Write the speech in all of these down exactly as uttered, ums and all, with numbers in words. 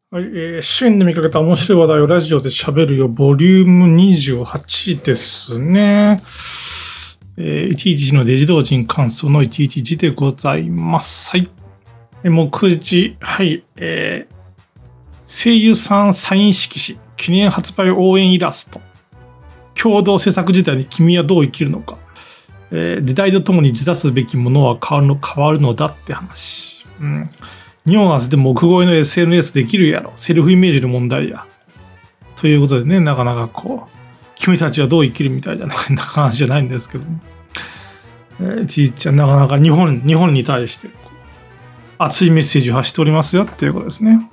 はい、えー、支援で見かけた面白い話題をラジオで喋るよ、ボリュームにじゅうはちですね。えー、いちいちじのデジ同人感想のいちいちじでございます。はい。目次、はい、えー、声優さんサイン色紙、記念発売応援イラスト。共同制作時代に君はどう生きるのか。えー、時代とともに自立すべきものは変わるの、変わるのだって話。うん。日本はでも奥越えの エスエヌエス できるやろ。セルフイメージの問題や。ということでね、なかなかこう、君たちはどう生きるみたいじゃない、な話じゃないんですけども。えー、ちいちゃん、なかなか日本、日本に対して熱いメッセージを発しておりますよっていうことですね。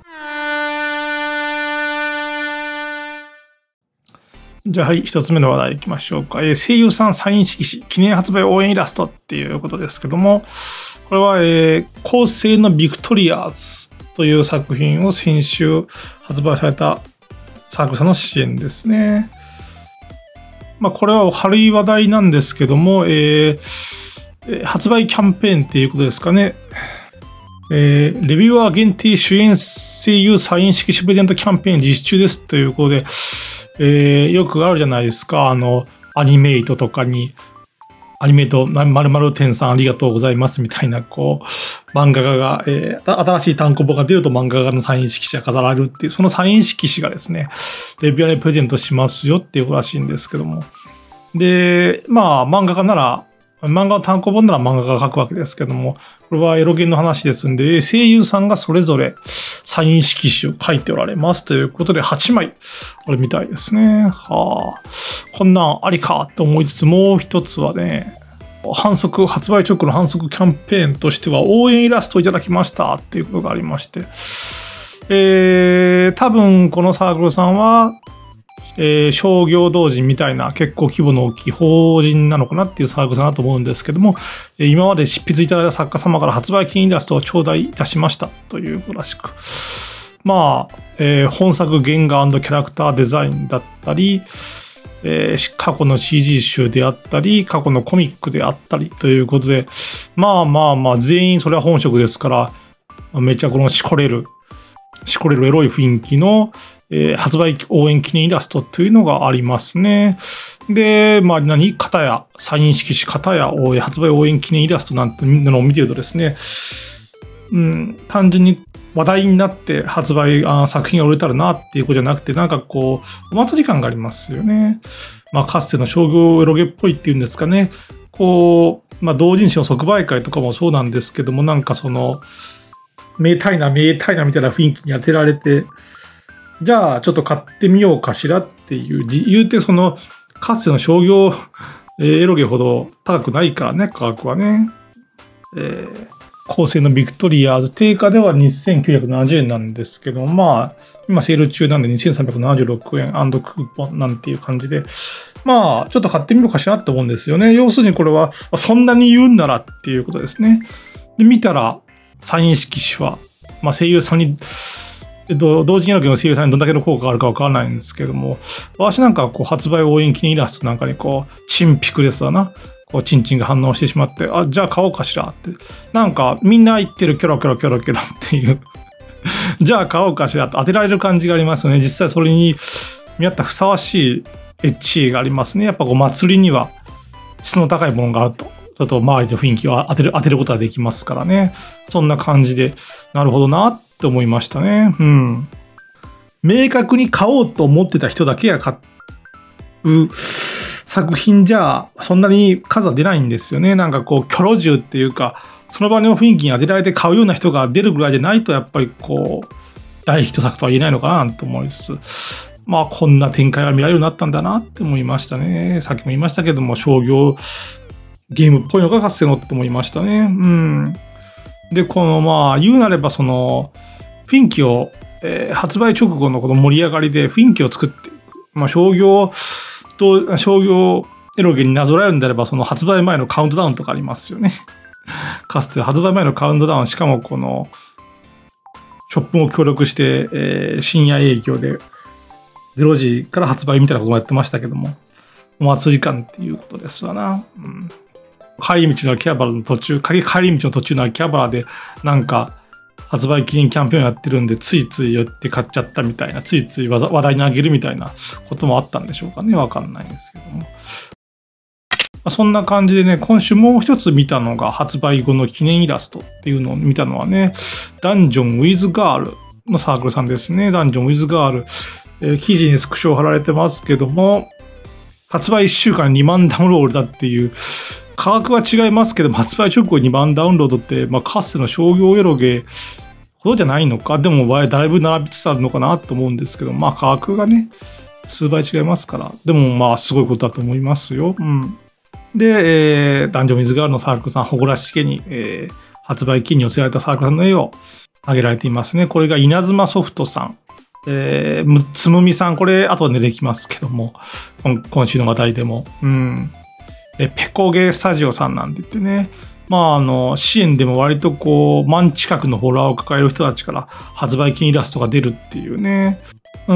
じゃあはい、一つ目の話題いきましょうか。えー、声優さんサイン色紙、記念発売応援イラストっていうことですけども、これは、えー、構成のビクトリアーズという作品を先週発売されたサークルさんの支援ですね。まあ、これは軽い話題なんですけども、えー、発売キャンペーンっていうことですかね。えー、レビュアー限定主演声優サイン色紙プレゼントキャンペーン実施中ですということで、えー、よくあるじゃないですか。あの、アニメイトとかに、アニメイト〇〇店さんありがとうございますみたいな、こう、漫画家が、えー、新しい単行本が出ると漫画家のサイン色紙が飾られるっていう、そのサイン色紙がですね、レビュアーにプレゼントしますよっていうらしいんですけども。で、まあ、漫画家なら、漫画の単行本なら漫画家が書くわけですけども、これはエロゲンの話ですんで、声優さんがそれぞれサイン色紙を書いておられますということではちまいあるみたいですね。はあ、こんなんありかと思いつつ、もう一つはね、反則、発売直後の反則キャンペーンとしては応援イラストをいただきましたっていうことがありまして、えー、多分このサークルさんは、えー、商業同人みたいな結構規模の大きい法人なのかなっていうサークルさんだと思うんですけども、今まで執筆いただいた作家様から発売記念イラストを頂戴いたしましたということらしく、まあ、えー、本作原画&キャラクターデザインだったり、えー、過去の シージー 集であったり、過去のコミックであったりということで、まあまあまあ全員それは本職ですから、めっちゃこのしこれる、しこれるエロい雰囲気のえー、発売応援記念イラストというのがありますね。で、まあ何、片やサイン色紙、片や発売応援記念イラストなんてのを見てるとですね、うん、単純に話題になって発売あ作品が売れたらなっていうことじゃなくて、なんかこう、お祭り感がありますよね。まあかつての商業エロゲっぽいっていうんですかね。こう、まあ同人誌の即売会とかもそうなんですけども、なんかその、めでたいな、めでたいなみたいな雰囲気に当てられて、じゃあちょっと買ってみようかしらっていう、言うてその、かつての商業エロゲほど高くないからね、価格はね。えー、構成のビクトリアーズ、定価ではにせんきゅうひゃくななじゅうえんなんですけど、まあ、今セール中なんでにせんさんびゃくななじゅうろくえん&クーポンなんていう感じで、まあ、ちょっと買ってみようかしらって思うんですよね。要するにこれは、そんなに言うんならっていうことですね。で、見たら、サイン色紙は、まあ声優さんに、えっと、同時にやるけど声優さんにどんだけの効果があるかわからないんですけども、私なんかはこう発売応援記念イラストなんかにこう、チンピクですわな。こう、チンチンが反応してしまって、あ、じゃあ買おうかしらって。なんか、みんな言ってるキョロキョロキョロキョロっていう。じゃあ買おうかしらと当てられる感じがありますよね。実際それに見合ったふさわしいエッジがありますね。やっぱこう、祭りには質の高いものがあると。ちょっと周りの雰囲気を当てる、当てることができますからね。そんな感じで、なるほどなって思いましたね。うん。明確に買おうと思ってた人だけが買う作品じゃ、そんなに数は出ないんですよね。なんかこう、キョロ銃っていうか、その場の雰囲気に当てられて買うような人が出るぐらいでないと、やっぱりこう、大ヒット作とは言えないのかなと思いつつ、まあこんな展開が見られるようになったんだなって思いましたね。さっきも言いましたけども、商業、ゲームっぽいのがかつてのって思いましたね。うん。で、このまあ言うなればその雰囲気を、えー、発売直後のこの盛り上がりで雰囲気を作っていく。まあ商業と商業エロゲになぞらえるんであればその発売前のカウントダウンとかありますよね。かつて発売前のカウントダウン、しかもこのショップも協力して、えー、深夜営業でゼロじから発売みたいなこともやってましたけども、お祭り感っていうことですわな。うん、帰り道の秋葉原の途中、帰り道の途中の秋葉原で、なんか、 発売記念キャンペーンやってるんで、ついつい寄って買っちゃったみたいな、ついつい話題にあげるみたいなこともあったんでしょうかね。わかんないんですけども。そんな感じでね、今週もう一つ見たのが発売後の記念イラストっていうのを見たのはね、ダンジョンウィズガールのサークルさんですね。ダンジョンウィズガール。えー、記事にスクショ貼られてますけども、発売いっしゅうかんにまんダウンロードだっていう、価格は違いますけども、発売直後にまんダウンロードって、まあ、かつての商業エロゲほどじゃないのか。でも、だいぶ並びつつあるのかなと思うんですけど、まあ、価格がね、数倍違いますから。でも、まあ、すごいことだと思いますよ。うん。で、えー、ダンジョンウィズガールのサークルさん、誇らしげに、えー、発売期に寄せられたサークルさんの絵を挙げられていますね。これが稲妻ソフトさん、えー、つむみさん、これ後で出てきますけども、今週の話題でも、うん、えペコゲースタジオさんなんて言ってね、まあ、あの支援でも割とこう万近くのフォロワーを抱える人たちから発売期イラストが出るっていうね、うん。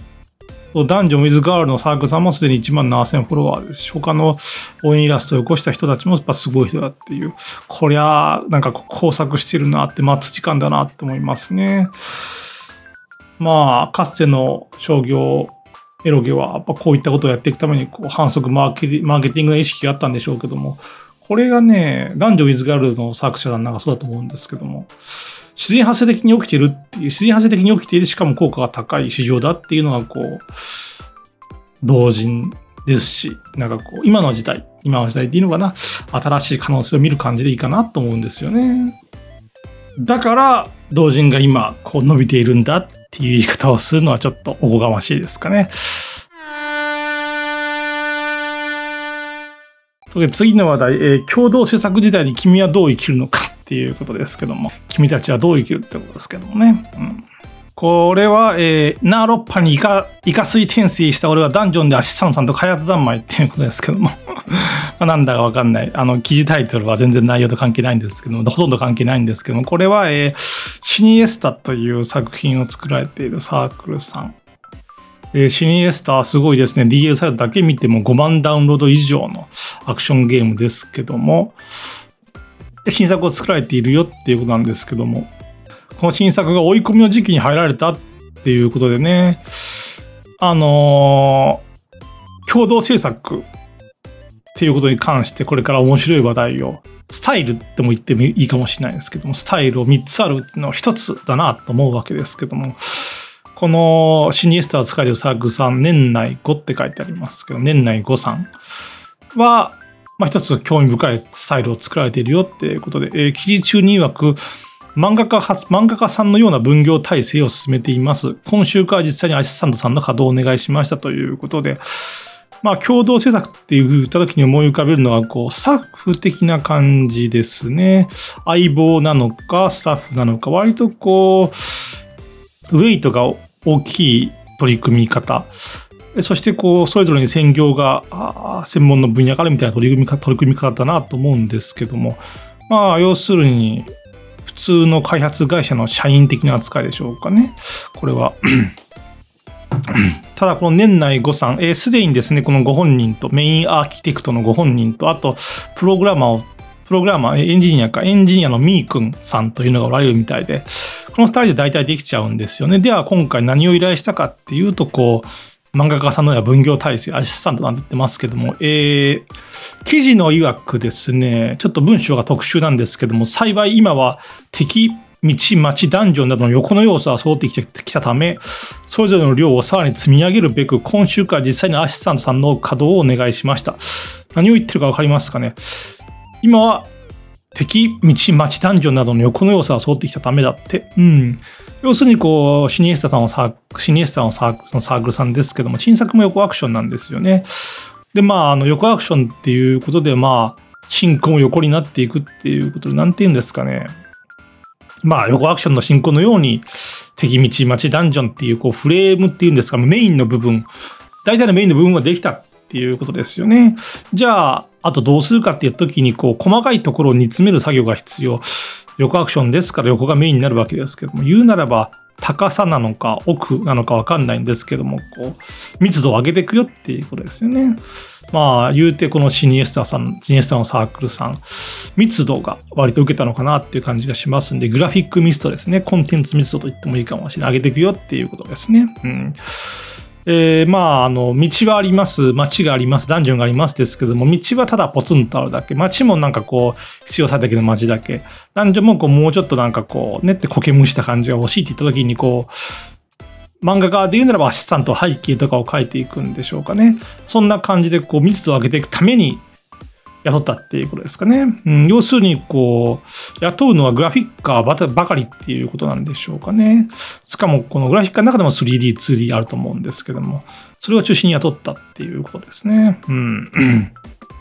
ダンジョンウィズガールのサークルさんもすでにいちまんななせんフォロワーですし、他の応援イラストを起こした人たちもやっぱすごい人だっていう、こりゃなんか工作してるなって、待つ時間だなって思いますね。まあ、かつての商業エロゲはやっぱこういったことをやっていくためにこう反則マーケマーケティングの意識があったんでしょうけども、これがね、ダンジョンウィズガールの作者さんなんかそうだと思うんですけども、自然発生的に起きているっていう、自然発生的に起きている、しかも効果が高い市場だっていうのがこう、同人ですし、なんかこう、今の時代、今の時代っていうのかな、新しい可能性を見る感じでいいかなと思うんですよね。だから、同人が今、こう伸びているんだっていう言い方をするのはちょっとおこがましいですかね。次の話題、えー、共同制作時代に君はどう生きるのかっていうことですけども、君たちはどう生きるってことですけどもね。うん、これは、えー、ナーロッパにイカ、イカ水転生した俺はダンジョンでアシスタントさんと開発三昧っていうことですけども。まあなんだかわかんない。あの、記事タイトルは全然内容と関係ないんですけども、ほとんど関係ないんですけども、これは、えー、シニエスタという作品を作られているサークルさん。えー、シニエスターすごいですね。ディーエル サイトだけ見てもごまんダウンロード以上のアクションゲームですけども、で新作を作られているよっていうことなんですけども、この新作が追い込みの時期に入られたっていうことでね、あのー、共同制作っていうことに関してこれから面白い話題を、スタイルっても言ってもいいかもしれないですけども、スタイルをみっつあるのひとつだなと思うわけですけども、このシニエスターを使えるサークルさん、年内ごって書いてありますけど、年内ごさんは、まあ、一つ興味深いスタイルを作られているよっていうことで、えー、記事中に曰く、漫画家、漫画家さんのような分業体制を進めています。今週から実際にアシスタントさんの稼働をお願いしましたということで、まあ、共同制作っていう言った時に思い浮かべるのは、こう、スタッフ的な感じですね。相棒なのか、スタッフなのか、割とこう、ウェイトが大きい取り組み方。そしてこう、それぞれに専業が専門の分野からみたいな取り組み方、取り組み方だなと思うんですけども。まあ、要するに、普通の開発会社の社員的な扱いでしょうかね。これは。ただ、この年内ごさん、えー、すでにですね、このご本人と、メインアーキテクトのご本人と、あと、プログラマーを、プログラマー、エンジニアか、エンジニアのミー君さんというのがおられるみたいで、このふたりで大体できちゃうんですよね。では今回何を依頼したかっていうと、こう、漫画家さんのような分業体制、アシスタントなんて言ってますけども、えー、記事の曰くですね、ちょっと文章が特殊なんですけども、幸い今は敵、道、町、ダンジョンなどの横の要素が揃ってきたため、それぞれの量をさらに積み上げるべく、今週から実際にアシスタントさんの稼働をお願いしました。何を言ってるかわかりますかね。今は敵、道、町、ダンジョンなどの横の要素が揃ってきたためだって。うん。要するにこう、シニエスタさんのサークル、シニエスタのサークル、そのサークルさんですけども、新作も横アクションなんですよね。で、まあ、あの、横アクションっていうことで、まあ、進行も横になっていくっていうことで、なんて言うんですかね。まあ、横アクションの進行のように、敵、道、町、ダンジョンっていう、こう、フレームっていうんですか、メインの部分、大体のメインの部分ができたっていうことですよね。じゃあ、あとどうするかっていう時に、こう、細かいところを煮詰める作業が必要。横アクションですから横がメインになるわけですけども、言うならば、 高さなのか奥なのか分かんないんですけども、こう密度を上げていくよっていうことですよね。まあ言うてこのシニエスタさん、シニエスタのサークルさん、密度が割と受けたのかなっていう感じがしますんで、グラフィック密度ですね、コンテンツ密度と言ってもいいかもしれない、上げていくよっていうことですね。うん。えー、まあ、あの、道はあります、街があります、ダンジョンがありますですけども、道はただポツンとあるだけ、街もなんかこう、必要最適な街だけ、ダンジョンもこう、もうちょっとなんかこう、ねって苔むした感じが欲しいって言った時に、こう、漫画家で言うならばアシスタント背景とかを描いていくんでしょうかね。そんな感じでこう、密度を上げていくために、雇ったっていうことですかね。うん、要するに、こう、雇うのはグラフィッカーばかりっていうことなんでしょうかね。しかも、このグラフィッカーの中でも スリーディー、ツーディー あると思うんですけども、それを中心に雇ったっていうことですね。うん。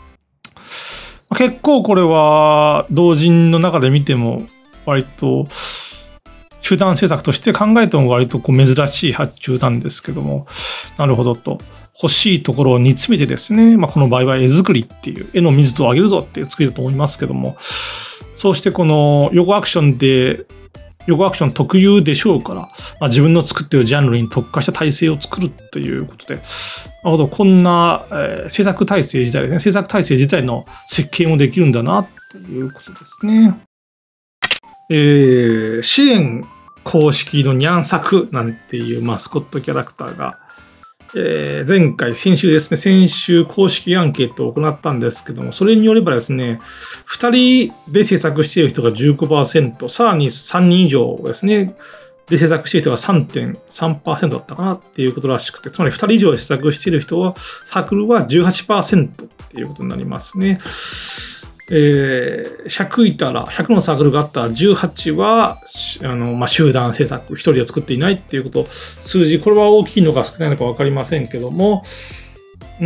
結構これは、同人の中で見ても、割と、集団制作として考えても割とこう珍しい発注なんですけども、なるほどと。欲しいところを煮詰めてですね、まあ、この場合は絵作りっていう、絵の密度を上げるぞっていう作りだと思いますけども、そうしてこの横アクションで、横アクション特有でしょうから、まあ、自分の作っているジャンルに特化した体制を作るということで、なるほど、こんな、えー、制作体制自体ですね、制作体制自体の設計もできるんだなっていうことですね。えー、支援公式のニャンサクなんていうマスコットキャラクターが、えー、前回、先週ですね、先週公式アンケートを行ったんですけども、それによればですね、ふたりで制作している人が じゅうごパーセント、さらにさんにん以上ですね、で制作している人が さんてんさんパーセント だったかなっていうことらしくて、つまりふたり以上で制作している人は、サークルは じゅうはちパーセント っていうことになりますね。えー、ひゃくいたら、ひゃくのサークルがあったらじゅうはちは、あの、まあ、集団制作、ひとりで作っていないっていうこと、数字、これは大きいのか少ないのか分かりませんけども、うん、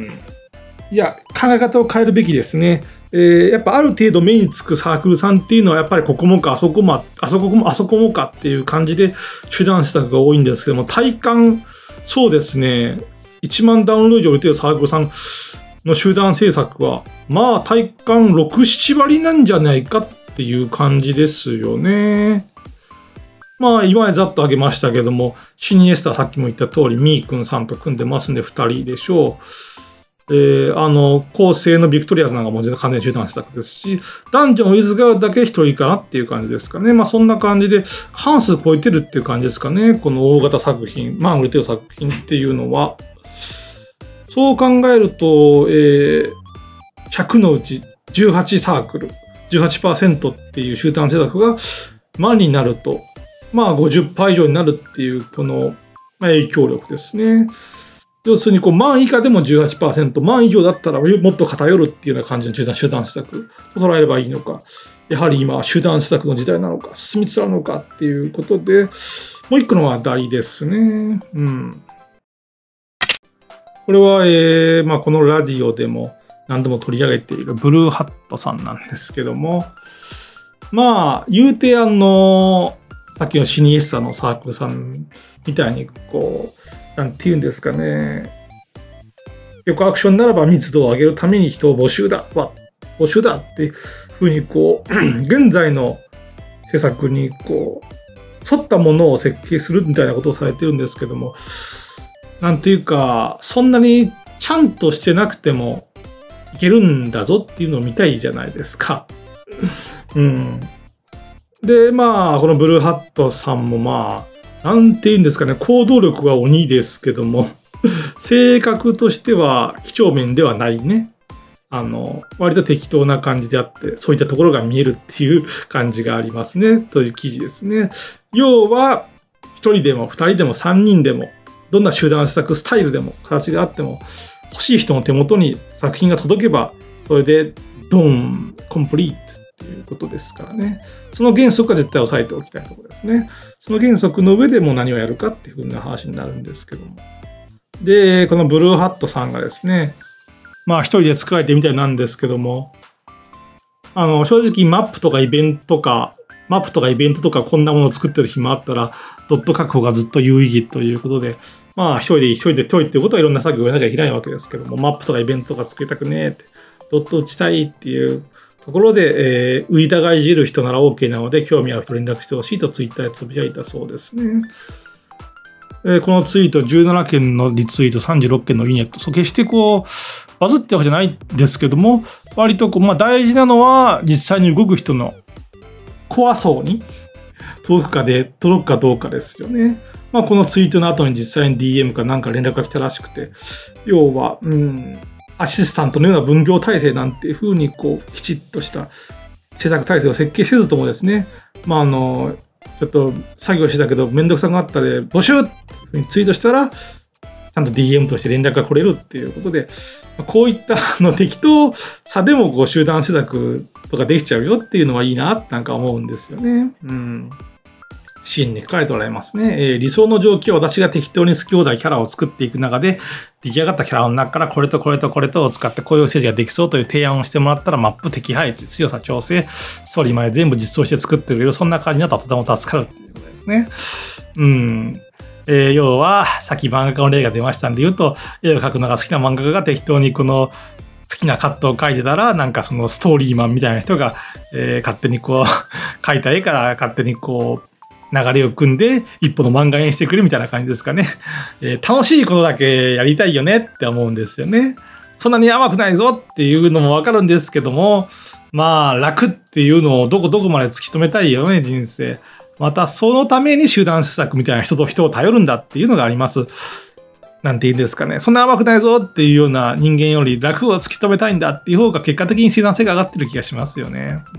いや、考え方を変えるべきですね。えー、やっぱある程度目につくサークルさんっていうのは、やっぱりここもか、あそこも、あそこも、あそこもかっていう感じで、集団制作が多いんですけども、体感、そうですね、いちまんダウンロード以上売れてるサークルさん、の集団制作は、まあ体感ろく、なな割なんじゃないかっていう感じですよね。まあ今ざっと挙げましたけども、シニエスターさっきも言った通り、みーくんさんと組んでますんでふたりでしょう。えー、あの、構成のビクトリアズなんかも全然完全に集団制作ですし、ダンジョンウィズガーだけひとりかなっていう感じですかね。まあそんな感じで、半数超えてるっていう感じですかね。この大型作品、まあ売れてる作品っていうのは。そう考えると、えー、ひゃくのうちじゅうはちサークル、じゅうはちパーセント っていう集団制作が万になると、まあ ごじゅっパーセント 以上になるっていう、この影響力ですね。要するにこう万以下でも じゅうはちパーセント、万以上だったらもっと偏るっていうような感じの集団集団施策と捉えればいいのか、やはり今集団施策の時代なのか、進みつつあるのかっていうことで、もう一個の話題ですね。うん。これは、えーまあ、このラディオでも何度も取り上げているブルーハットさんなんですけども、まあ、言うてあの、さっきのシニエスタのサークルさんみたいに、こう、なんて言うんですかね、横アクションならば密度を上げるために人を募集だ、募集だっていうふうに、こう、現在の施策に、こう、沿ったものを設計するみたいなことをされてるんですけども、なんていうか、そんなにちゃんとしてなくてもいけるんだぞっていうのを見たいじゃないですか。うん。で、まあ、このブルーハットさんもまあ、なんていうんですかね、行動力は鬼ですけども、性格としては几帳面ではないね。あの、割と適当な感じであって、そういったところが見えるっていう感じがありますね。という記事ですね。要は、ひとりでもふたりでもさんにんでも、どんな集団施策スタイルでも形があっても欲しい人の手元に作品が届けばそれでドーンコンプリートっていうことですからね。その原則は絶対押さえておきたいところですね。その原則の上でもう何をやるかっていう風な話になるんですけども。で、このブルーハットさんがですね、まあ一人で作られてみたいなんですけども、あの正直マップとかイベントとかマップとかイベントとかこんなものを作ってる暇あったらドット確保がずっと有意義ということで、まあ一人で一人で解いっていうことはいろんな作業をやらなきゃいけないわけですけども、マップとかイベントとか作りたくねえって、ドット打ちたいっていうところで、えー、ウイタがいじる人なら OK なので、興味ある人連絡してほしいとツイッターでつぶやいたそうですね。えー、このツイートじゅうななけんのリツイート、さんじゅうろっけんのいいねと、そう決してこう、バズってわけじゃないんですけども、割とこう、まあ、大事なのは実際に動く人のコア層に届くかで、届くかどうかですよね。まあ、このツイートの後に実際に ディーエム かなんか連絡が来たらしくて、要は、うん、アシスタントのような分業体制なんていうふうに、こう、きちっとした制作体制を設計せずともですね、まあ、あの、ちょっと作業してたけど、めんどくさくなったで、募集っていうふうにツイートしたら、ちゃんと ディーエム として連絡が来れるっていうことで、こういったの適当さでもこう集団施策とかできちゃうよっていうのはいいなってなんか思うんですよね。うん。シーンに書かれておられますね。えー、理想の状況は私が適当に好き放題キャラを作っていく中で、出来上がったキャラの中からこれとこれとこれとを使ってこういう政治ができそうという提案をしてもらったら、マップ、敵配置、強さ、調整、ストーリーまで全部実装して作ってくれる、そんな感じになったらとても助かるっていうことですね。うん。えー、要は、さっき漫画家の例が出ましたんで言うと、絵を描くのが好きな漫画家が適当にこの好きなカットを描いてたら、なんかそのストーリーマンみたいな人が、えー、勝手にこう、描いた絵から勝手にこう、流れを組んで一歩の漫画にしてくれみたいな感じですかね、えー。楽しいことだけやりたいよねって思うんですよね。そんなに甘くないぞっていうのもわかるんですけども、まあ楽っていうのをどこどこまで突き止めたいよね、人生。またそのために集団施策みたいな人と人を頼るんだっていうのがあります。なんて言うんですかね。そんな甘くないぞっていうような人間より楽を突き止めたいんだっていう方が結果的に生産性が上がってる気がしますよね。うん。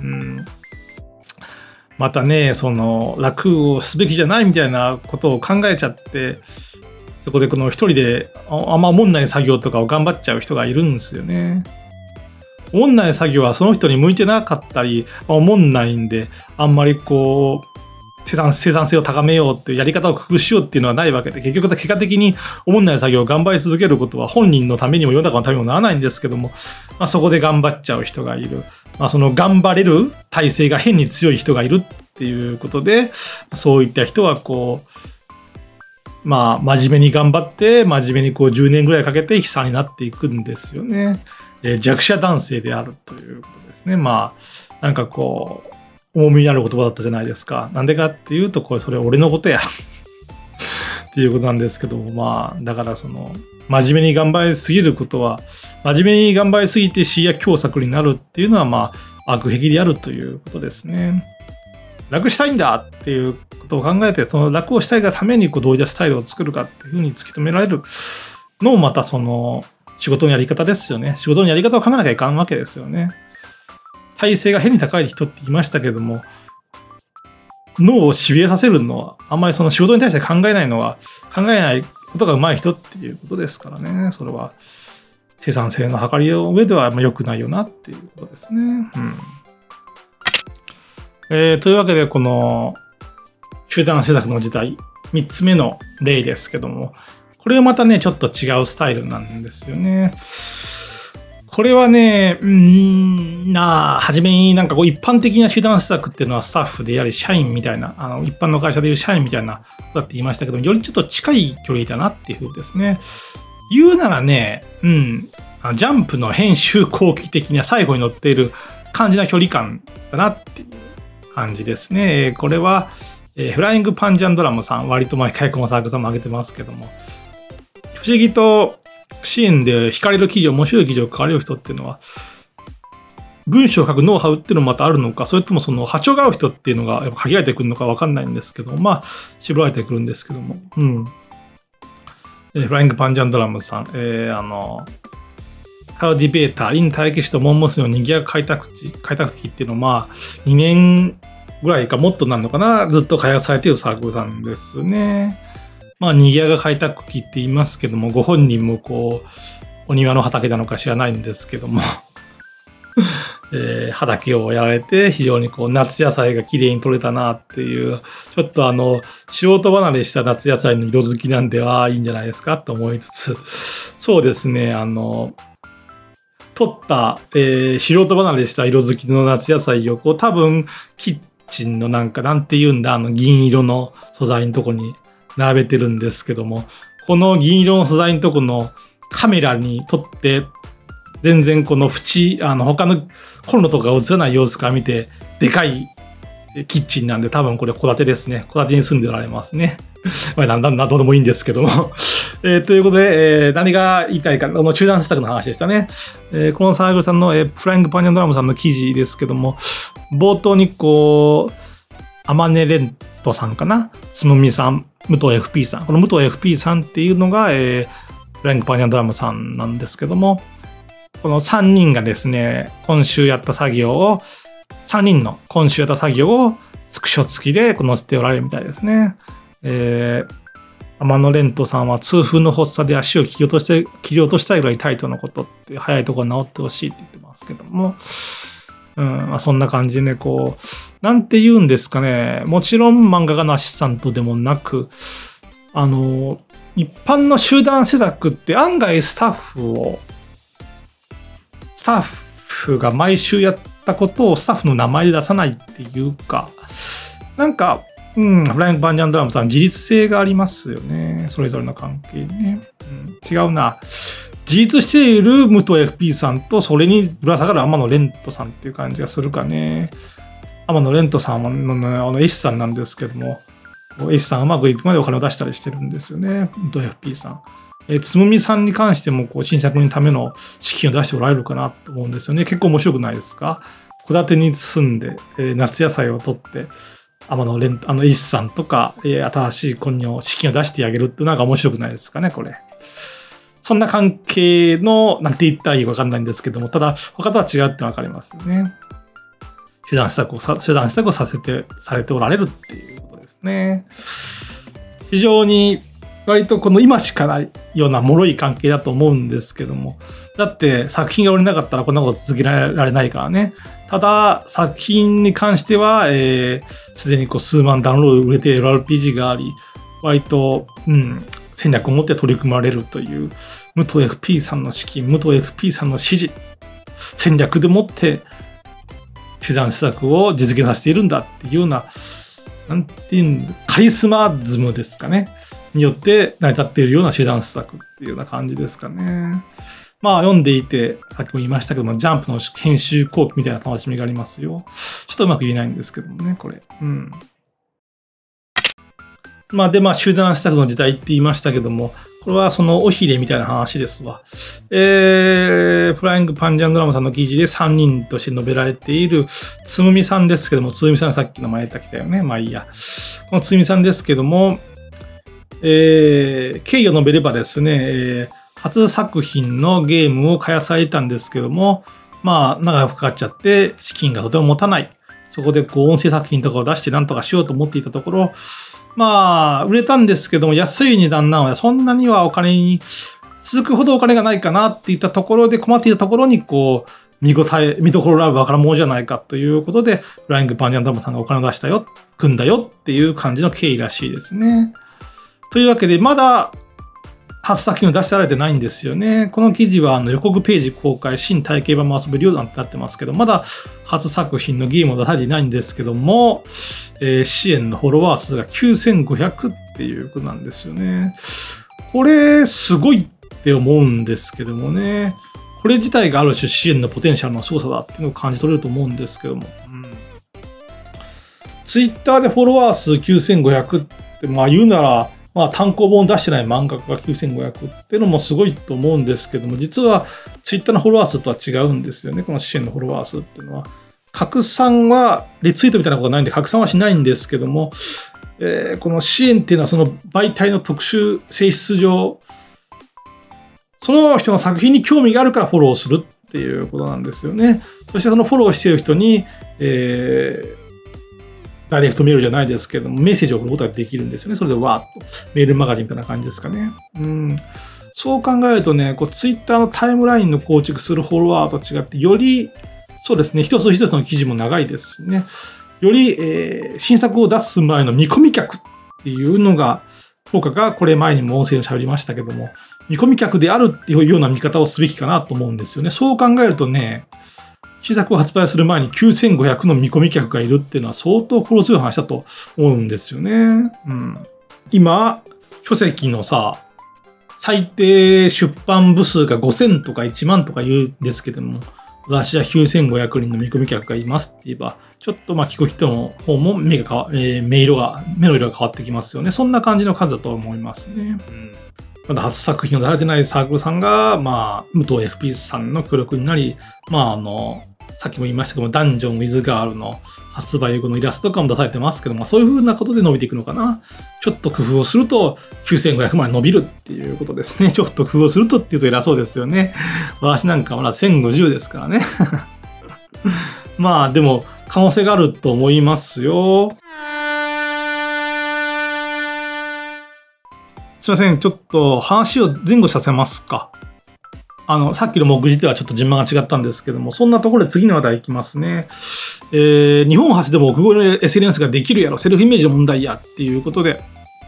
またね、その楽をすべきじゃないみたいなことを考えちゃって、そこでこの一人であんま思んない作業とかを頑張っちゃう人がいるんですよね。思んない作業はその人に向いてなかったり、思んないんで、あんまりこう、生産、生産性を高めようっていうやり方を工夫しようっていうのはないわけで、結局結果的に思んない作業を頑張り続けることは本人のためにも世の中のためにもならないんですけども、まあ、そこで頑張っちゃう人がいる。まあ、その頑張れる体制が変に強い人がいるっていうことで、そういった人はこう、まあ、真面目に頑張って、真面目にこうじゅうねんぐらいかけて悲惨になっていくんですよね。えー、弱者男性であるということですね。まあ、なんかこう、重みのある言葉だったじゃないですか。なんでかっていうと、これ、それ俺のことや。っていうことなんですけども、まあ、だからその、真面目に頑張りすぎることは、真面目に頑張りすぎて視野狭窄になるっていうのは、まあ、悪癖であるということですね。楽したいんだっていうことを考えて、その楽をしたいがためにこうどういったスタイルを作るかっていうふうに突き止められるのもまたその仕事のやり方ですよね。仕事のやり方を考えなきゃいかんわけですよね。体勢が変に高い人って言いましたけども、脳をしびれさせるのは、あんまりその仕事に対して考えないのは、考えないことが上手い人っていうことですからね。それは生産性の測りの上では良くないよなっていうことですね。うんえー、というわけで、この集団施策の時代、みっつめの例ですけども、これはまたね、ちょっと違うスタイルなんですよね。これはね、うーん、なあ、はじめになんかこう一般的な集団施策っていうのはスタッフであり、社員みたいな、あの一般の会社でいう社員みたいなだって言いましたけど、よりちょっと近い距離だなっていうふうですね。言うならね、うん、ジャンプの編集後期的な最後に載っている感じな距離感だなっていう感じですね。これは、えー、フライングパンジャンドラムさん、割と毎回このサークルさんも上げてますけども、不思議と支援で惹かれる記事、面白い記事を書かれる人っていうのは、文章を書くノウハウっていうのもまたあるのか、それともその波長が合う人っていうのがやっぱ限られてくるのか分かんないんですけど、まあ、絞られてくるんですけども、うん。えー、フライングパンジャンドラムさん、えー、あの、カウディベーター、イン待機士とモンモスのにぎやか開拓地、開拓期っていうのをまあ、にねんぐらいかもっとなるのかな、ずっと開発されているサークルさんですね。まあ、にぎやが開拓期って言いますけども、ご本人もこう、お庭の畑なのか知らないんですけども、えー、畑をやられて、非常にこう、夏野菜が綺麗に撮れたなっていう、ちょっとあの、素人離れした夏野菜の色づきなんでは、いいんじゃないですかと思いつつ、そうですね、あの、撮った、えー、素人離れした色づきの夏野菜をこう、多分、キッチンのなんか、なんて言うんだ、あの、銀色の素材のとこに並べてるんですけども、この銀色の素材のとこのカメラに撮って、 全然この縁、あの他のコンロとかが映らない様子から見て、でかいキッチンなんで多分これ戸建てですね。戸建てに住んでおられますね。まあ、なんだんだどうでもいいんですけども。えー、ということで、えー、何が言いたいか、この中断施策の話でしたね。えー、このサーグルさんの、えー、フライングパニアンドラムさんの記事ですけども、冒頭にこう、アマネレントさんかな、つむみさん、武藤 エフピー さん。この武藤 エフピー さんっていうのが、えー、フライングパニアンドラムさんなんですけども、このさんにんがですね、今週やった作業を、さんにんの今週やった作業をスクショ付きで載せておられるみたいですね。えー、天野レントさんは痛風の発作で足を切り落として、切り落としたいぐらいタイトのことって早いところ治ってほしいって言ってますけども、うん、まあ、そんな感じでね、こう、なんて言うんですかね、もちろん漫画家のアシスタントでもなく、あの、一般の集団施策って案外スタッフを、スタッフが毎週やったことをスタッフの名前で出さないっていうか、なんか、うん、フライングパンジャンドラムさん自立性がありますよね。それぞれの関係にね。うん、違うな。自立している武藤 エフピー さんと、それにぶら下がる天野レントさんっていう感じがするかね。天野レントさんは、ね、あの絵師さんなんですけども、絵師さんうまくいくまでお金を出したりしてるんですよね。武藤 エフピー さん。えー、つむみさんに関してもこう新作のための資金を出しておられるかなと思うんですよね。結構面白くないですか？戸建てに住んで、えー、夏野菜を取って、天野レンあのイスさんとか、えー、新しい子に資金を出してあげるってなんか面白くないですかね、これ。そんな関係の、なんて言ったらいいか分かんないんですけども、ただ、他とは違うって分かりますよね。手段施策をさ、手段施策をさせて、されておられるっていうことですね。非常に、割とこの今しかないような脆い関係だと思うんですけども、だって作品が売れなかったらこんなこと続けられないからね。ただ作品に関しては、えー、すでにこう数万ダウンロード売れている アールピージー があり、割と、うん、戦略を持って取り組まれるという武藤 エフピー さんの資金、武藤 エフピー さんの指示、戦略でもって手段施策を実現させているんだっていうような、なんていうんカリスマズムですかね。によって成り立っているような手段施策っていうような感じですかね。まあ読んでいて、さっきも言いましたけども、ジャンプの編集後期みたいな楽しみがありますよ。ちょっとうまく言えないんですけどもね、これ。うん。まあで、まあ集団施策の時代って言いましたけども、これはその尾ひれみたいな話ですわ。えー、フライングパンジャンドラムさんの記事でさんにんとして述べられているつむみさんですけども、つむみさんさっきの前出てきたよね。まあいいや。このつむみさんですけども、えー、経緯を述べればですね、えー、初作品のゲームを開発されたんですけども、まあ、長くかかっちゃって、資金がとても持たない。そこで、こう、音声作品とかを出して何とかしようと思っていたところ、まあ、売れたんですけども、安い値段なので、そんなにはお金に、続くほどお金がないかなっていったところで、困っていたところに、こう、見応え、見どころがあるわからんものじゃないかということで、フライングパンジャンドラムさんがお金を出したよ、組んだよっていう感じの経緯らしいですね。というわけで、まだ初作品を出してられてないんですよね。この記事はあの予告ページ公開、新体系版も遊べるようになってますけど、まだ初作品のゲームを出されていないんですけども、えー、支援のフォロワー数がきゅうせんごひゃくっていうことなんですよね。これ、すごいって思うんですけどもね。これ自体がある種支援のポテンシャルの凄さだっていうのを感じ取れると思うんですけども。うん、ツイッターでフォロワー数きゅうせんごひゃくって、まあ言うなら、まあ、単行本出してない漫画家がきゅうせんごひゃくっていうのもすごいと思うんですけども、実はツイッターのフォロワー数とは違うんですよね。この支援のフォロワー数っていうのは。拡散は、リツイートみたいなことはないんで拡散はしないんですけども、えー、この支援っていうのはその媒体の特殊性質上、その人の作品に興味があるからフォローするっていうことなんですよね。そしてそのフォローしている人に、えーダイレクトメールじゃないですけども、メッセージを送ることができるんですよね。それでわーっと。メールマガジンみたいな感じですかね。うん。そう考えるとね、こう、ツイッターのタイムラインの構築するフォロワーと違って、より、そうですね、一つ一つの記事も長いですしね。より、えー、新作を出す前の見込み客っていうのが、効果が、これ前にも音声で喋りましたけども、見込み客であるっていうような見方をすべきかなと思うんですよね。そう考えるとね、新作を発売する前にきゅうせんごひゃくの見込み客がいるっていうのは相当心強い話だと思うんですよね。うん、今、書籍のさ、 最低出版部数がごせんとかいちまんとか言うんですけども、私はきゅうせんごひゃくにんの見込み客がいますって言えば、ちょっとまあ聞く人の方も目が変わ、えー、目色が、目の色が変わってきますよね。そんな感じの数だと思いますね。うん、まだ初作品を出されてないサークルさんが、まあ、武藤 エフピー さんの協力になり、まあ、あの、さっきも言いましたけども、ダンジョン・ウィズ・ガールの発売後のイラストとかも出されてますけども、そういう風なことで伸びていくのかな。ちょっと工夫をするときゅうせんごひゃくまで伸びるっていうことですね。ちょっと工夫をするとっていうと偉そうですよね。私なんかまだせんごじゅうですからね。まあでも可能性があると思いますよ。すいません。ちょっと話を前後させますか。あの、さっきの目次ではちょっと順番が違ったんですけども、そんなところで次の話題いきますね。えー、日本初でも国語の エスエヌエス ができるやろ、セルフイメージの問題やっていうことで、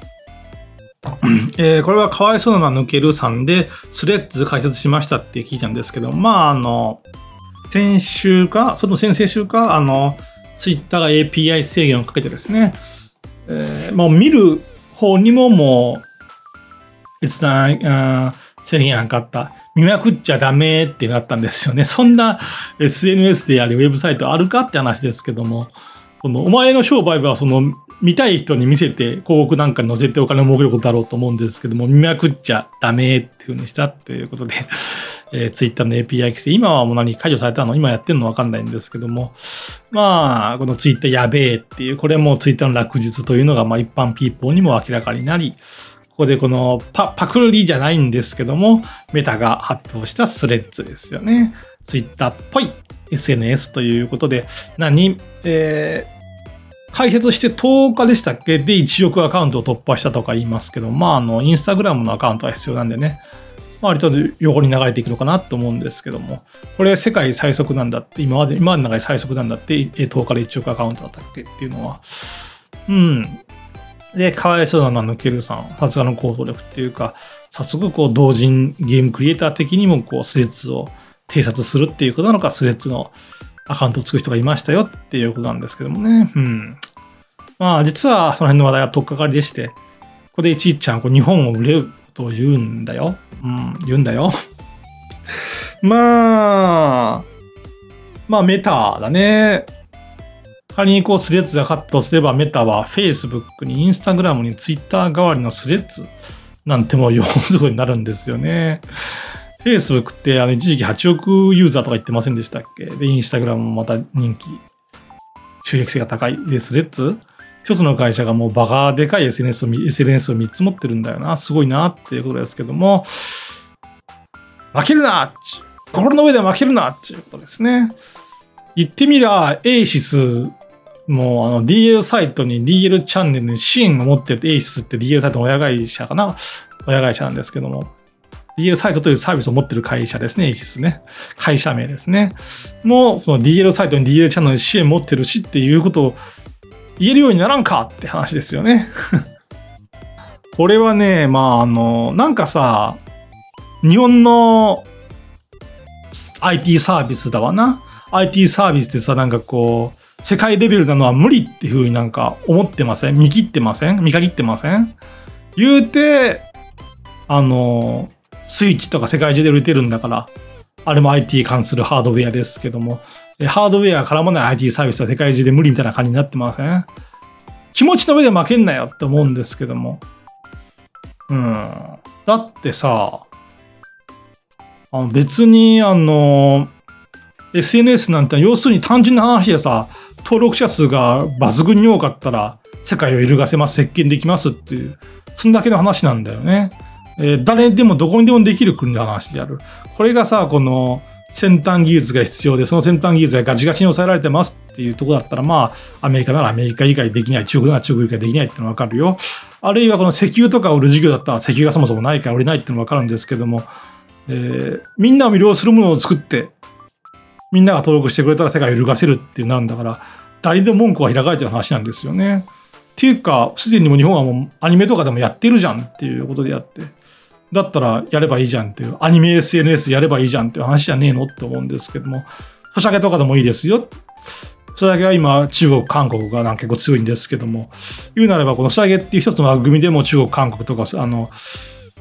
えー、これはかわいそうなのは抜けるさんで、スレッズ解説しましたって聞いたんですけど、まあ、あの、先週か、その先々週か、あの、ツイッターが エーピーアイ 制限をかけてですね、えー、もう見る方にももう、別な、制限がかった。見まくっちゃダメってなったんですよね。そんな エスエヌエス でありウェブサイトあるかって話ですけども、そのお前の商売はその見たい人に見せて広告なんかに載せてお金を儲けることだろうと思うんですけども、見まくっちゃダメっていう風にしたっていうことで、えー、Twitter の エーピーアイ 規制、今はもう何解除されたの今やってるのわかんないんですけども、まあ、この Twitter やべえっていう、これも Twitter の落日というのがまあ一般ピーポーにも明らかになり、ここでこの パ, パクリじゃないんですけども、メタが発表したスレッズですよね。ツイッターっぽい エスエヌエス ということで、何、えー、解説してとおかでしたっけでいちおくアカウントを突破したとか言いますけど、まあ、あの、インスタグラムのアカウントは必要なんでね、割と横に流れていくのかなと思うんですけども、これ世界最速なんだって、今まで、今までの中で最速なんだって、とおかでいちおくアカウントだったっけっていうのは、うん。で、かわいそうなのは抜けるさん。さすがの行動力っていうか、早速こう同人ゲームクリエイター的にもこうスレッズを偵察するっていうことなのか、スレッズのアカウントを作る人がいましたよっていうことなんですけどもね。うん。まあ実はその辺の話題は取っかかりでして、ここでいちいちゃんこう日本を売れると言うんだよ。うん、言うんだよ。まあ、まあメタだね。仮にこうスレッズがカットすればメタは Facebook に Instagram に Twitter 代わりのスレッズなんてもう用するになるんですよね。Facebook ってあの一時期はちおくユーザーとか言ってませんでしたっけ？で、Instagram もまた人気、収益性が高い。で、スレッズ一つの会社がもうバカでかい エスエヌエス を、エスエヌエス をみっつ持ってるんだよな。すごいなっていうことですけども、負けるなっちゅう。心の上で負けるなっていうことですね。言ってみりゃ、エイシスもうあの ディーエル サイトに ディーエル チャンネルに支援を持ってるエイシスって ディーエル サイトの親会社かな親会社なんですけども、ディーエル サイトというサービスを持ってる会社ですね、エイシスね。会社名ですね。もうその ディーエル サイトに ディーエル チャンネルに支援持ってるしっていうことを言えるようにならんかって話ですよね。これはね、まああの、なんかさ、日本の アイティー サービスだわな。アイティー サービスってさ、なんかこう、世界レベルなのは無理っていう風になんか思ってません？見切ってません？見限ってません？言うて、あの、スイッチとか世界中で売れてるんだから、あれも アイティー 関するハードウェアですけども、ハードウェア絡まない アイティー サービスは世界中で無理みたいな感じになってません？気持ちの上で負けんなよって思うんですけども。うん。だってさ、あの別にあの、エスエヌエス なんて要するに単純な話でさ、登録者数が抜群に多かったら世界を揺るがせます、席巻できますっていう、そんだけの話なんだよね。えー、誰でもどこにでもできる国の話である。これがさ、この先端技術が必要で、その先端技術がガチガチに抑えられてますっていうところだったら、まあ、アメリカならアメリカ以外できない、中国なら中国以外できないっていうのはわかるよ。あるいはこの石油とか売る事業だったら石油がそもそもないから売れないっていうのはわかるんですけども、えー、みんなを魅了するものを作って、みんなが登録してくれたら世界を揺るがせるっていうなんだから、誰でも門戸が開かれてる話なんですよね。っていうか、すでにも日本はもうアニメとかでもやってるじゃんっていうことであって、だったらやればいいじゃんっていう、アニメ エスエヌエス やればいいじゃんっていう話じゃねえのって思うんですけども、ソシャゲとかでもいいですよ。ソシャゲは今、中国、韓国がなんか結構強いんですけども、言うなればこのソシャゲっていう一つの枠組みでも中国、韓国とか、あの、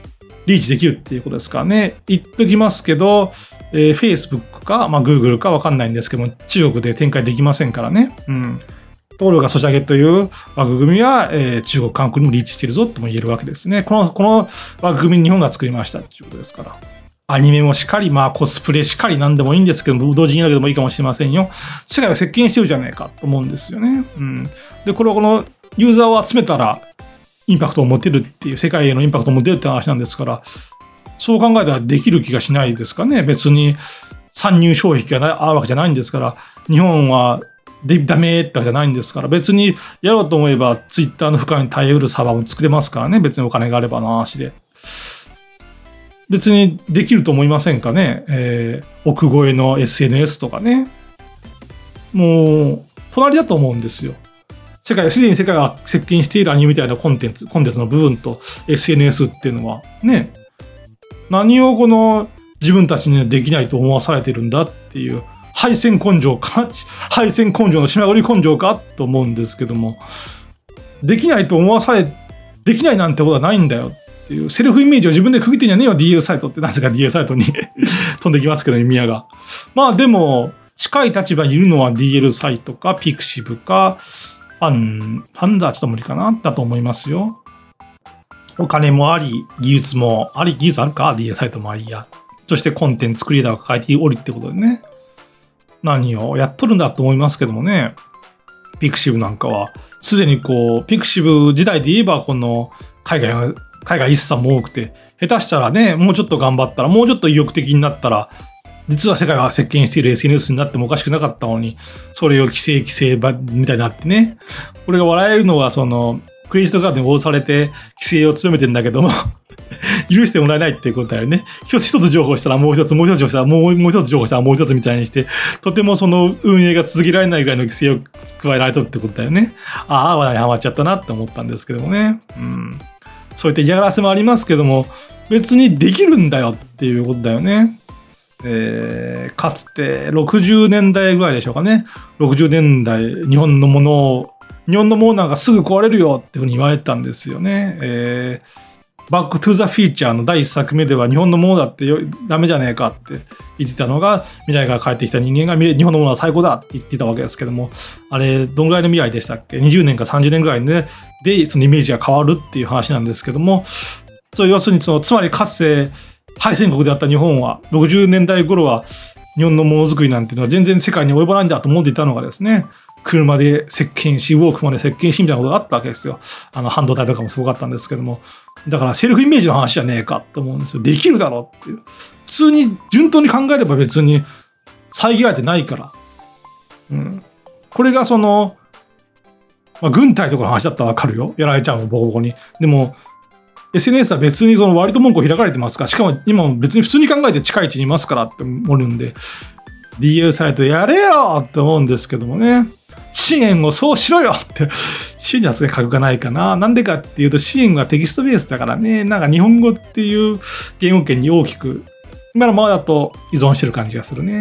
リーチできるっていうことですからね。言っときますけど、えー、Facebook か、まあ、Google かわかんないんですけども、中国で展開できませんからね。うん。ところがソシャゲという枠組みは、えー、中国、韓国にもリーチしてるぞとも言えるわけですね。この、この枠組み日本が作りましたっていうことですから。アニメもしっかり、まあコスプレしっかりなんでもいいんですけども、同時にやるけどもいいかもしれませんよ。世界を席巻してるじゃないかと思うんですよね。うん。で、これをこのユーザーを集めたら、インパクトを持てるっていう、世界へのインパクトを持てるって話なんですから、そう考えたらできる気がしないですかね。別に参入障壁があるわけじゃないんですから、日本はでダメってわけじゃないんですから、別にやろうと思えば、ツイッターの負荷に耐えうるサーバーも作れますからね。別にお金があればの話で。別にできると思いませんかね。えー、奥越えの エスエヌエス とかね。もう、隣だと思うんですよ。世界、すでに世界が接近しているアニメみたいなコンテンツ、コンテンツの部分と エスエヌエス っていうのは、ね。何をこの自分たちにはできないと思わされてるんだっていう、敗戦根性か、敗戦根性の島折り根性かと思うんですけども、できないと思わされ、できないなんてことはないんだよ。っていうセルフイメージを自分で区切ってんじゃねえよ ディーエル サイトってなぜか ディーエル サイトに飛んできますけどね、宮が。まあでも近い立場にいるのは ディーエル サイトかピクシブかファン、ファンダーちょっと無理かなだと思いますよ。お金もあり、技術もあり、技術あるか ディーエル サイトもありや。そしてコンテンツクリエイターが抱えておりってことでね。何をやっとるんだと思いますけどもね。ピクシブなんかはすでにこう、ピクシブ時代で言えばこの海外が海外一茶も多くて、下手したらね、もうちょっと頑張ったら、もうちょっと意欲的になったら、実は世界が席巻している エスエヌエス になってもおかしくなかったのに、それを規制規制みたいになってね。これが笑えるのは、その、クレジットカードに応されて規制を強めてんだけども、許してもらえないっていうことだよね。一つ一つ情報したらもう一つ、もう一つ情報したらもうもう一つ情報したらもう一つみたいにして、とてもその運営が続けられないぐらいの規制を加えられたってことだよね。ああ、話題にハマっちゃったなって思ったんですけどもね。うん。そういった嫌がらせもありますけども、別にできるんだよっていうことだよね。えー、かつてろくじゅうねんだいぐらいでしょうかね。ろくじゅうねんだい、日本のものを、日本のものなんかすぐ壊れるよっていうふうに言われてたんですよね。えー、バックトゥザフィーチャーのだいいっさくめでは日本のものだってダメじゃねえかって言ってたのが、未来から帰ってきた人間が日本のものは最高だって言ってたわけですけども、あれ、どんぐらいの未来でしたっけ ?にじゅう 年かさんじゅうねんぐらいで、で、そのイメージが変わるっていう話なんですけども、そう要するにその、つまりかつて敗戦国であった日本は、ろくじゅうねんだい頃は日本のものづくりなんていうのは全然世界に及ばないんだと思っていたのがですね、車で接近し、ウォークマンで接近しみたいなことがあったわけですよ。あの、半導体とかもすごかったんですけども。だからセルフイメージの話じゃねえかと思うんですよ。できるだろうっていう。普通に順当に考えれば別に遮られてないから。うん。これがその、まあ、軍隊とかの話だったらわかるよ。やられちゃうの、ボコボコに。でも、エスエヌエス は別にその割と門戸開かれてますから、しかも今も別に普通に考えて近い位置にいますからって思うんで、ディーエル サイトやれよって思うんですけどもね。支援をそうしろよって、支援にはすごい格がないかな。なんでかっていうと、支援はテキストベースだからね、なんか日本語っていう言語圏に大きく、今のままだと依存してる感じがするね。うん。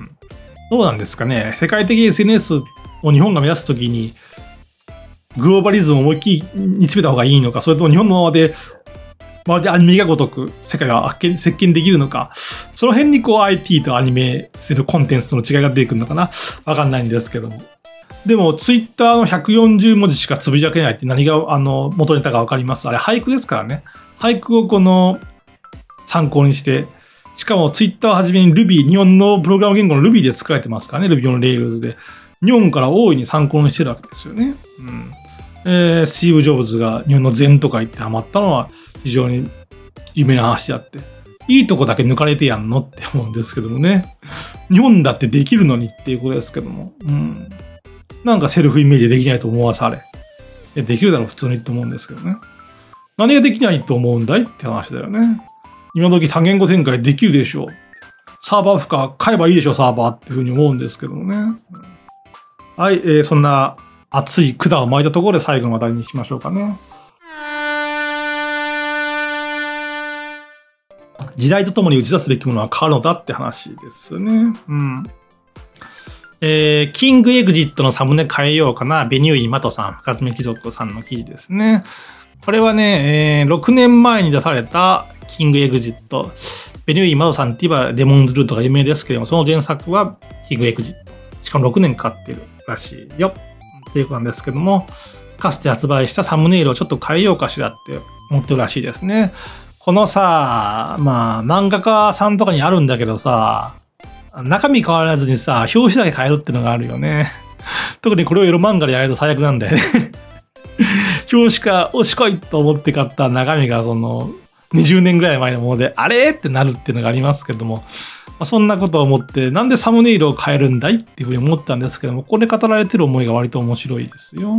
どうなんですかね。世界的 エスエヌエス を日本が目指すときに、グローバリズムを思いっきり煮詰めた方がいいのか、それとも日本のままで、まるでアニメがごとく世界が接近できるのか、その辺にこう アイティー とアニメするコンテンツとの違いが出てくるのかな。わかんないんですけども。でも、ツイッターのひゃくよんじゅうもじしかつぶやけないって何があの元ネタかわかります。あれ、俳句ですからね。俳句をこの参考にして、しかもツイッターをはじめに Ruby、日本のプログラム言語の Ruby で作られてますからね。Ruby の Rails で。日本から大いに参考にしてるわけですよね。うんえー、スティーブ・ジョブズが日本の禅とか言ってハマったのは非常に有名な話であって、いいとこだけ抜かれてやんのって思うんですけどもね。日本だってできるのにっていうことですけども。うんなんかセルフイメージできないと思わされ。できるだろう普通にって思うんですけどね。何ができないと思うんだいって話だよね。今時多言語展開できるでしょう。サーバー負荷買えばいいでしょサーバーっていうふうに思うんですけどもね。はい、えー、そんな熱い管を巻いたところで最後の話題にしましょうかね。時代とともに打ち出すべきものは変わるのだって話ですね。うん。えー、キングエグジットのサムネ変えようかな。ベニューイマトさん、深爪貴族さんの記事ですね。これはね、えー、ろくねんまえに出されたキングエグジット。ベニューイ・マドさんって言えばデモンズルートが有名ですけれども、その原作はキングエグジット。しかもろくねんかかってるらしいよ。っていうことなんですけども、かつて発売したサムネイルをちょっと変えようかしらって思ってるらしいですね。このさ、まあ、漫画家さんとかにあるんだけどさ、中身変わらずにさ、表紙だけ変えるってのがあるよね。特にこれをエロ漫画でやると最悪なんだよね。表紙か押しこいと思って買った中身がそのにじゅうねんぐらい前のもので、あれってなるっていうのがありますけども、まあ、そんなことを思って、なんでサムネイルを変えるんだいっていうふうに思ったんですけども、ここで語られてる思いが割と面白いですよ。うん。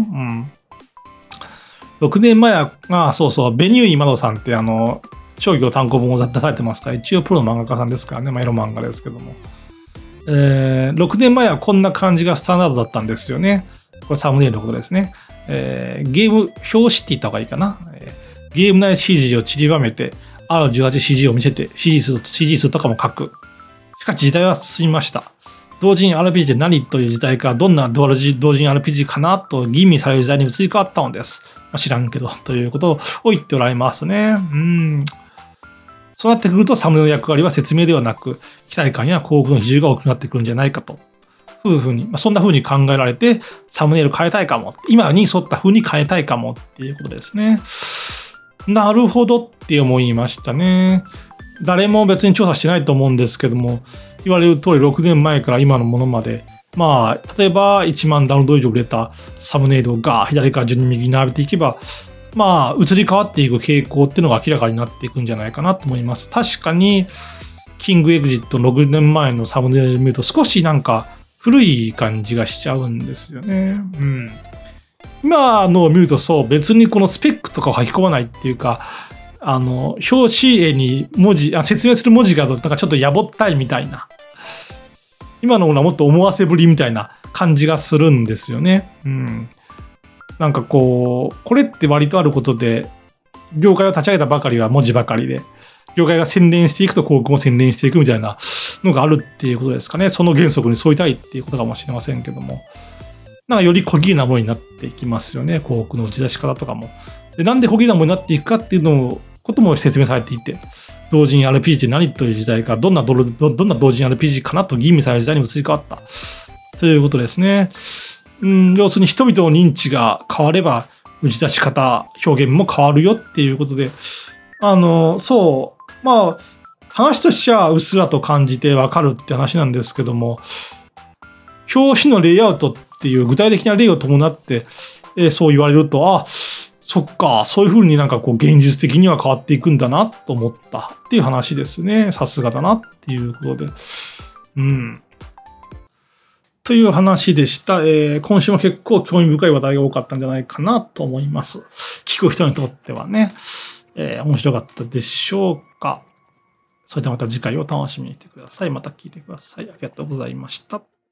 ろくねんまえは、あ、そうそう、ベニューイ・マドさんってあの、商業単行本を出されてますから、一応プロの漫画家さんですからね、まあ、エロ漫画ですけども。えー、ろくねんまえはこんな感じがスタンダードだったんですよね。これサムネイルのことですね。えー、ゲーム、表紙って言った方がいいかな。えー、ゲーム内 シージー を散りばめて、アールじゅうはちシージー を見せて、シージー 数、シージー 数とかも書く。しかし時代は進みました。同人 アールピージー って何という時代か、どんな同人 アールピージー かなと吟味される時代に移り変わったのです。まあ、知らんけど、ということを言っておられますね。うん。そうなってくると、サムネの役割は説明ではなく、期待感や幸福の比重が大きくなってくるんじゃないかと。そういうふうに、まあ、そんな風に考えられて、サムネイル変えたいかも。今に沿った風に変えたいかもっていうことですね。なるほどって思いましたね。誰も別に調査してないと思うんですけども、言われる通りろくねんまえから今のものまで、まあ、例えばいちまんダウンロード以上売れたサムネイルが左から順に右に並べていけば、まあ、移り変わっていく傾向っていうのが明らかになっていくんじゃないかなと思います。確かに、キングエグジットろくねんまえのサムネイル見ると少しなんか古い感じがしちゃうんですよね。うん。今のを見るとそう、別にこのスペックとかを書き込まないっていうか、あの、表紙絵に文字、あ説明する文字がなんかちょっとやぼったいみたいな。今のものはもっと思わせぶりみたいな感じがするんですよね。うん。なんかこう、これって割とあることで、業界を立ち上げたばかりは文字ばかりで、業界が洗練していくと広告も洗練していくみたいなのがあるっていうことですかね。その原則に沿いたいっていうことかもしれませんけども。なんかより小切れなものになっていきますよね。広告の打ち出し方とかも。で、なんで小切れなものになっていくかっていうのを、ことも説明されていて、同人 アールピージー って何という時代か、どんなど、どんな同人 アールピージー かなと吟味される時代に移り変わった。ということですね。うん、要するに人々の認知が変われば、打ち出し方、表現も変わるよっていうことで、あの、そう、まあ、話としてはうっすらと感じてわかるって話なんですけども、表紙のレイアウトっていう具体的な例を伴って、えー、そう言われると、あ、そっか、そういう風になんかこう現実的には変わっていくんだなと思ったっていう話ですね。さすがだなっていうことで。うん。という話でした、えー。今週も結構興味深い話題が多かったんじゃないかなと思います。聞く人にとってはね、えー、面白かったでしょうか。それではまた次回を楽しみにしてください。また聞いてください。ありがとうございました。